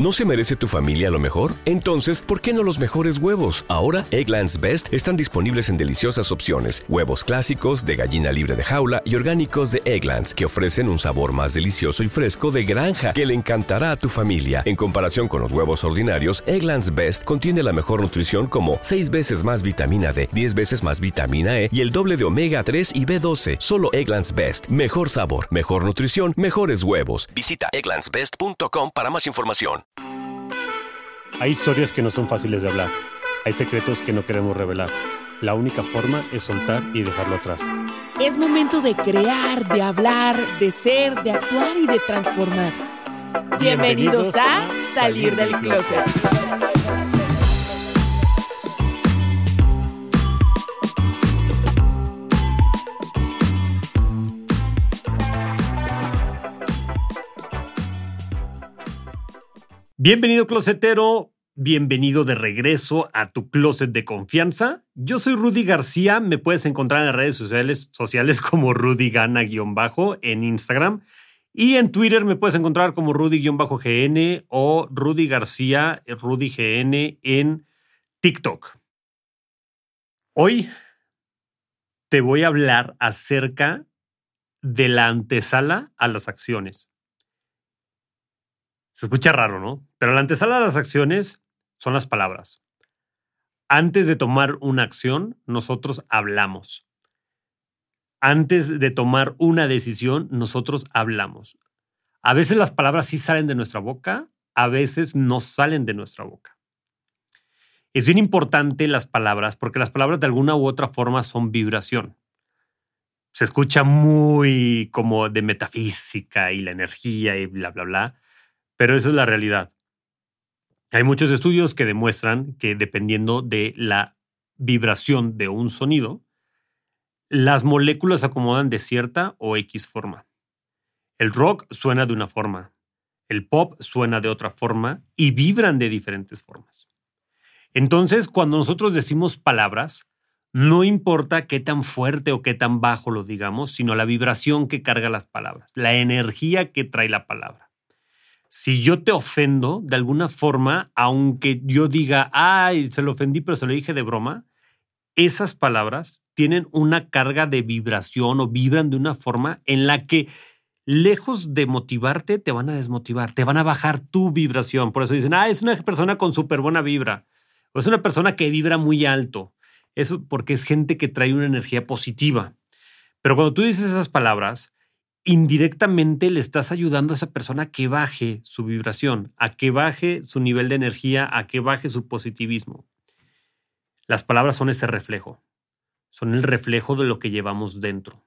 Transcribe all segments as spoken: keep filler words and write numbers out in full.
¿No se merece tu familia lo mejor? Entonces, ¿por qué no los mejores huevos? Ahora, Eggland's Best están disponibles en deliciosas opciones. Huevos clásicos, de gallina libre de jaula y orgánicos de Eggland's, que ofrecen un sabor más delicioso y fresco de granja que le encantará a tu familia. En comparación con los huevos ordinarios, Eggland's Best contiene la mejor nutrición como seis veces más vitamina D, diez veces más vitamina E y el doble de omega tres y B doce. Solo Eggland's Best. Mejor sabor, mejor nutrición, mejores huevos. Visita egglands best punto com para más información. Hay historias que no son fáciles de hablar. Hay secretos que no queremos revelar. La única forma es soltar y dejarlo atrás. Es momento de crear, de hablar, de ser, de actuar y de transformar. Bienvenidos, Bienvenidos a Salir del Closet. Bienvenido, closetero. Bienvenido de regreso a tu closet de confianza. Yo soy Rudy García. Me puedes encontrar en las redes sociales, sociales como Rudy Gana-bajo en Instagram. Y en Twitter me puedes encontrar como Rudy-G N o Rudy García, Rudy G N en TikTok. Hoy te voy a hablar acerca de la antesala a las acciones. Se escucha raro, ¿no? Pero la antesala de las acciones son las palabras. Antes de tomar una acción, nosotros hablamos. Antes de tomar una decisión, nosotros hablamos. A veces las palabras sí salen de nuestra boca, a veces no salen de nuestra boca. Es bien importante las palabras porque las palabras de alguna u otra forma son vibración. Se escucha muy como de metafísica y la energía y bla, bla, bla. Pero esa es la realidad. Hay muchos estudios que demuestran que dependiendo de la vibración de un sonido, las moléculas se acomodan de cierta o X forma. El rock suena de una forma, el pop suena de otra forma y vibran de diferentes formas. Entonces, cuando nosotros decimos palabras, no importa qué tan fuerte o qué tan bajo lo digamos, sino la vibración que carga las palabras, la energía que trae la palabra. Si yo te ofendo de alguna forma, aunque yo diga, ay, se lo ofendí, pero se lo dije de broma, esas palabras tienen una carga de vibración o vibran de una forma en la que, lejos de motivarte, te van a desmotivar, te van a bajar tu vibración. Por eso dicen, ah, es una persona con súper buena vibra, o es una persona que vibra muy alto. Eso porque es gente que trae una energía positiva. Pero cuando tú dices esas palabras, indirectamente le estás ayudando a esa persona a que baje su vibración, a que baje su nivel de energía, a que baje su positivismo. Las palabras son ese reflejo, son el reflejo de lo que llevamos dentro.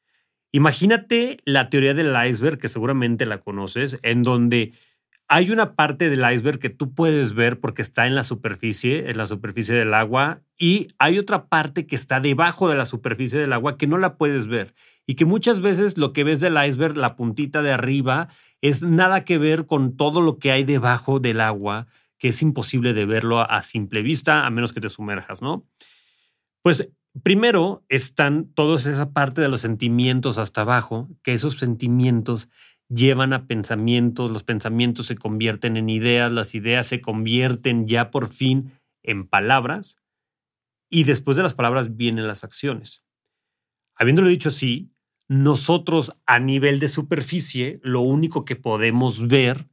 Imagínate la teoría del iceberg, que seguramente la conoces, en donde hay una parte del iceberg que tú puedes ver porque está en la superficie, en la superficie del agua, y hay otra parte que está debajo de la superficie del agua que no la puedes ver. Y que muchas veces lo que ves del iceberg, la puntita de arriba, es nada que ver con todo lo que hay debajo del agua, que es imposible de verlo a simple vista, a menos que te sumerjas, ¿no? Pues primero están toda esa parte de los sentimientos hasta abajo, que esos sentimientos llevan a pensamientos, los pensamientos se convierten en ideas, las ideas se convierten ya por fin en palabras, y después de las palabras vienen las acciones. Habiéndolo dicho así, nosotros a nivel de superficie, lo único que podemos ver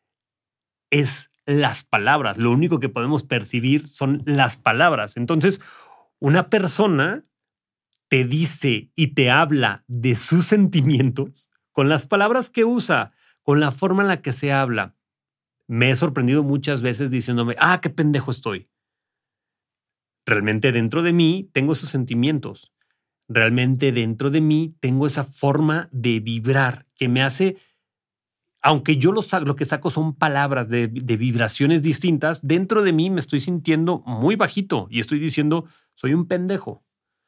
es las palabras. Lo único que podemos percibir son las palabras. Entonces, una persona te dice y te habla de sus sentimientos con las palabras que usa, con la forma en la que se habla. Me he sorprendido muchas veces diciéndome, ah, qué pendejo estoy. Realmente dentro de mí tengo esos sentimientos. Realmente dentro de mí tengo esa forma de vibrar que me hace, aunque yo lo, lo que saco son palabras de, de vibraciones distintas, dentro de mí me estoy sintiendo muy bajito y estoy diciendo, soy un pendejo.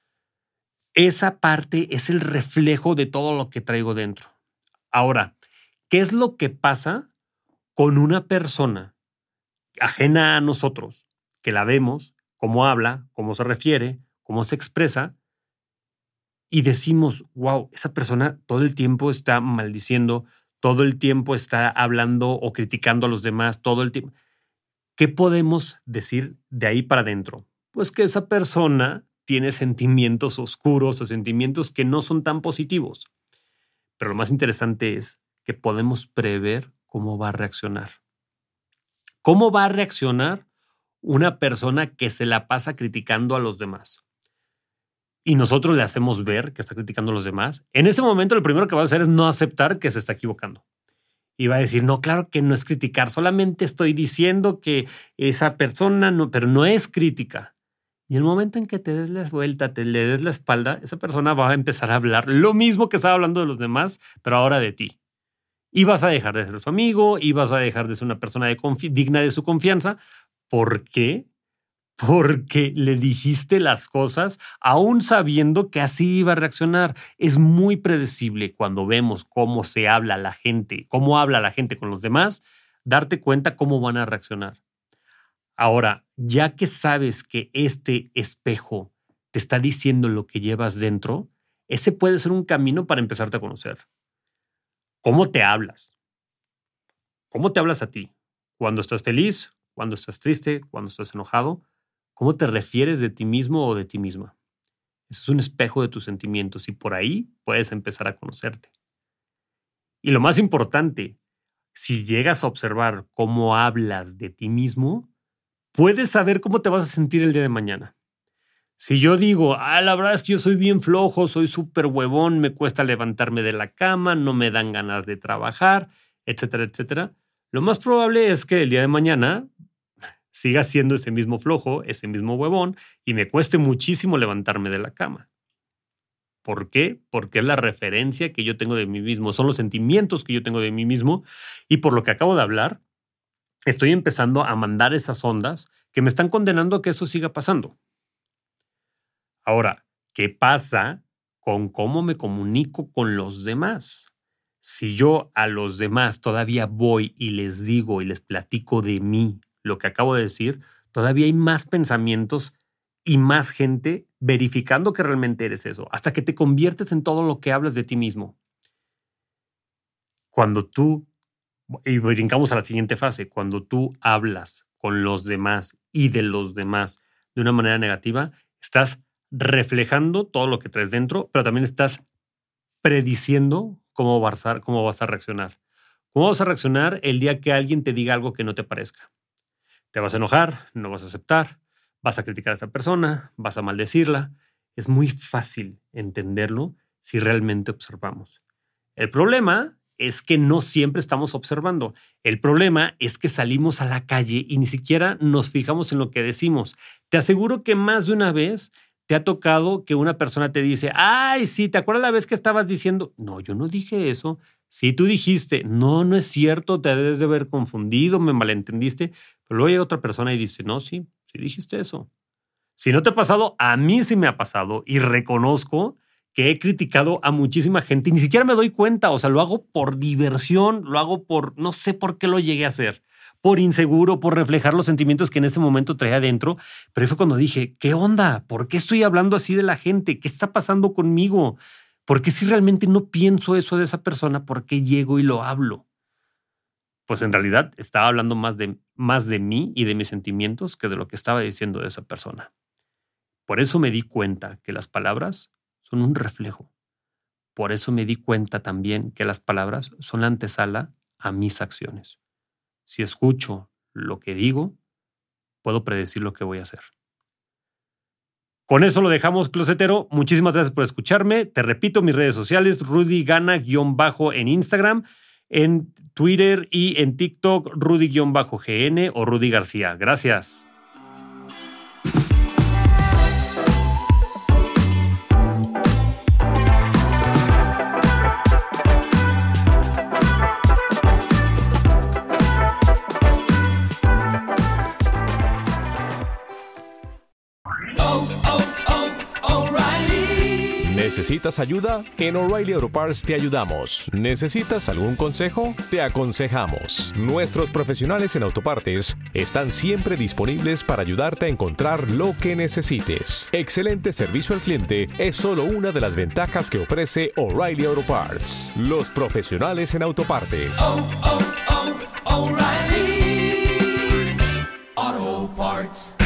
Esa parte es el reflejo de todo lo que traigo dentro. Ahora, ¿qué es lo que pasa con una persona ajena a nosotros, que la vemos, cómo habla, cómo se refiere, cómo se expresa, y decimos, wow, esa persona todo el tiempo está maldiciendo, todo el tiempo está hablando o criticando a los demás, todo el tiempo. ¿Qué podemos decir de ahí para adentro? Pues que esa persona tiene sentimientos oscuros o sentimientos que no son tan positivos. Pero lo más interesante es que podemos prever cómo va a reaccionar. ¿Cómo va a reaccionar una persona que se la pasa criticando a los demás? Y nosotros le hacemos ver que está criticando a los demás. En ese momento lo primero que va a hacer es no aceptar que se está equivocando. Y va a decir, no, claro que no es criticar, solamente estoy diciendo que esa persona, no, pero no es crítica. Y el momento en que te des la vuelta, te le des la espalda, esa persona va a empezar a hablar lo mismo que estaba hablando de los demás, pero ahora de ti. Y vas a dejar de ser su amigo, y vas a dejar de ser una persona de confi- digna de su confianza. ¿Por qué? Porque le dijiste las cosas aún sabiendo que así iba a reaccionar. Es muy predecible cuando vemos cómo se habla la gente, cómo habla la gente con los demás, darte cuenta cómo van a reaccionar. Ahora, ya que sabes que este espejo te está diciendo lo que llevas dentro, ese puede ser un camino para empezarte a conocer. ¿Cómo te hablas? ¿Cómo te hablas a ti? ¿Cuando estás feliz? ¿Cuando estás triste? ¿Cuando estás enojado? ¿Cómo te refieres de ti mismo o de ti misma? Ese es un espejo de tus sentimientos y por ahí puedes empezar a conocerte. Y lo más importante, si llegas a observar cómo hablas de ti mismo, puedes saber cómo te vas a sentir el día de mañana. Si yo digo, ah, la verdad es que yo soy bien flojo, soy súper huevón, me cuesta levantarme de la cama, no me dan ganas de trabajar, etcétera, etcétera, lo más probable es que el día de mañana siga siendo ese mismo flojo, ese mismo huevón, y me cueste muchísimo levantarme de la cama. ¿Por qué? Porque es la referencia que yo tengo de mí mismo, son los sentimientos que yo tengo de mí mismo, y por lo que acabo de hablar, estoy empezando a mandar esas ondas que me están condenando a que eso siga pasando. Ahora, ¿qué pasa con cómo me comunico con los demás? Si yo a los demás todavía voy y les digo y les platico de mí lo que acabo de decir, todavía hay más pensamientos y más gente verificando que realmente eres eso, hasta que te conviertes en todo lo que hablas de ti mismo. Cuando tú, y brincamos a la siguiente fase, cuando tú hablas con los demás y de los demás de una manera negativa, estás reflejando todo lo que traes dentro, pero también estás prediciendo cómo vas a, cómo vas a reaccionar. ¿Cómo vas a reaccionar el día que alguien te diga algo que no te parezca? Te vas a enojar, no vas a aceptar, vas a criticar a esa persona, vas a maldecirla. Es muy fácil entenderlo si realmente observamos. El problema es que no siempre estamos observando. El problema es que salimos a la calle y ni siquiera nos fijamos en lo que decimos. Te aseguro que más de una vez te ha tocado que una persona te dice, ay, sí, ¿te acuerdas la vez que estabas diciendo? No, yo no dije eso. Sí, tú dijiste, no, no es cierto, te debes de haber confundido, me malentendiste. Pero luego llega otra persona y dice, no, sí, sí dijiste eso. Si no te ha pasado, a mí sí me ha pasado y reconozco que he criticado a muchísima gente y ni siquiera me doy cuenta. O sea, lo hago por diversión, lo hago por, no sé por qué lo llegué a hacer. Por inseguro, por reflejar los sentimientos que en ese momento traía adentro. Pero ahí fue cuando dije, ¿qué onda? ¿Por qué estoy hablando así de la gente? ¿Qué está pasando conmigo? ¿Por qué si realmente no pienso eso de esa persona? ¿Por qué llego y lo hablo? Pues en realidad estaba hablando más de, más de mí y de mis sentimientos que de lo que estaba diciendo de esa persona. Por eso me di cuenta que las palabras son un reflejo. Por eso me di cuenta también que las palabras son la antesala a mis acciones. Si escucho lo que digo, puedo predecir lo que voy a hacer. Con eso lo dejamos, closetero. Muchísimas gracias por escucharme. Te repito, mis redes sociales, Rudy Gana-bajo en Instagram, en Twitter y en TikTok, Rudy-G N o Rudy García. Gracias. ¿Necesitas ayuda? En O'Reilly Auto Parts te ayudamos. ¿Necesitas algún consejo? Te aconsejamos. Nuestros profesionales en autopartes están siempre disponibles para ayudarte a encontrar lo que necesites. Excelente servicio al cliente es solo una de las ventajas que ofrece O'Reilly Auto Parts. Los profesionales en autopartes. Oh, oh, oh, O'Reilly Auto Parts.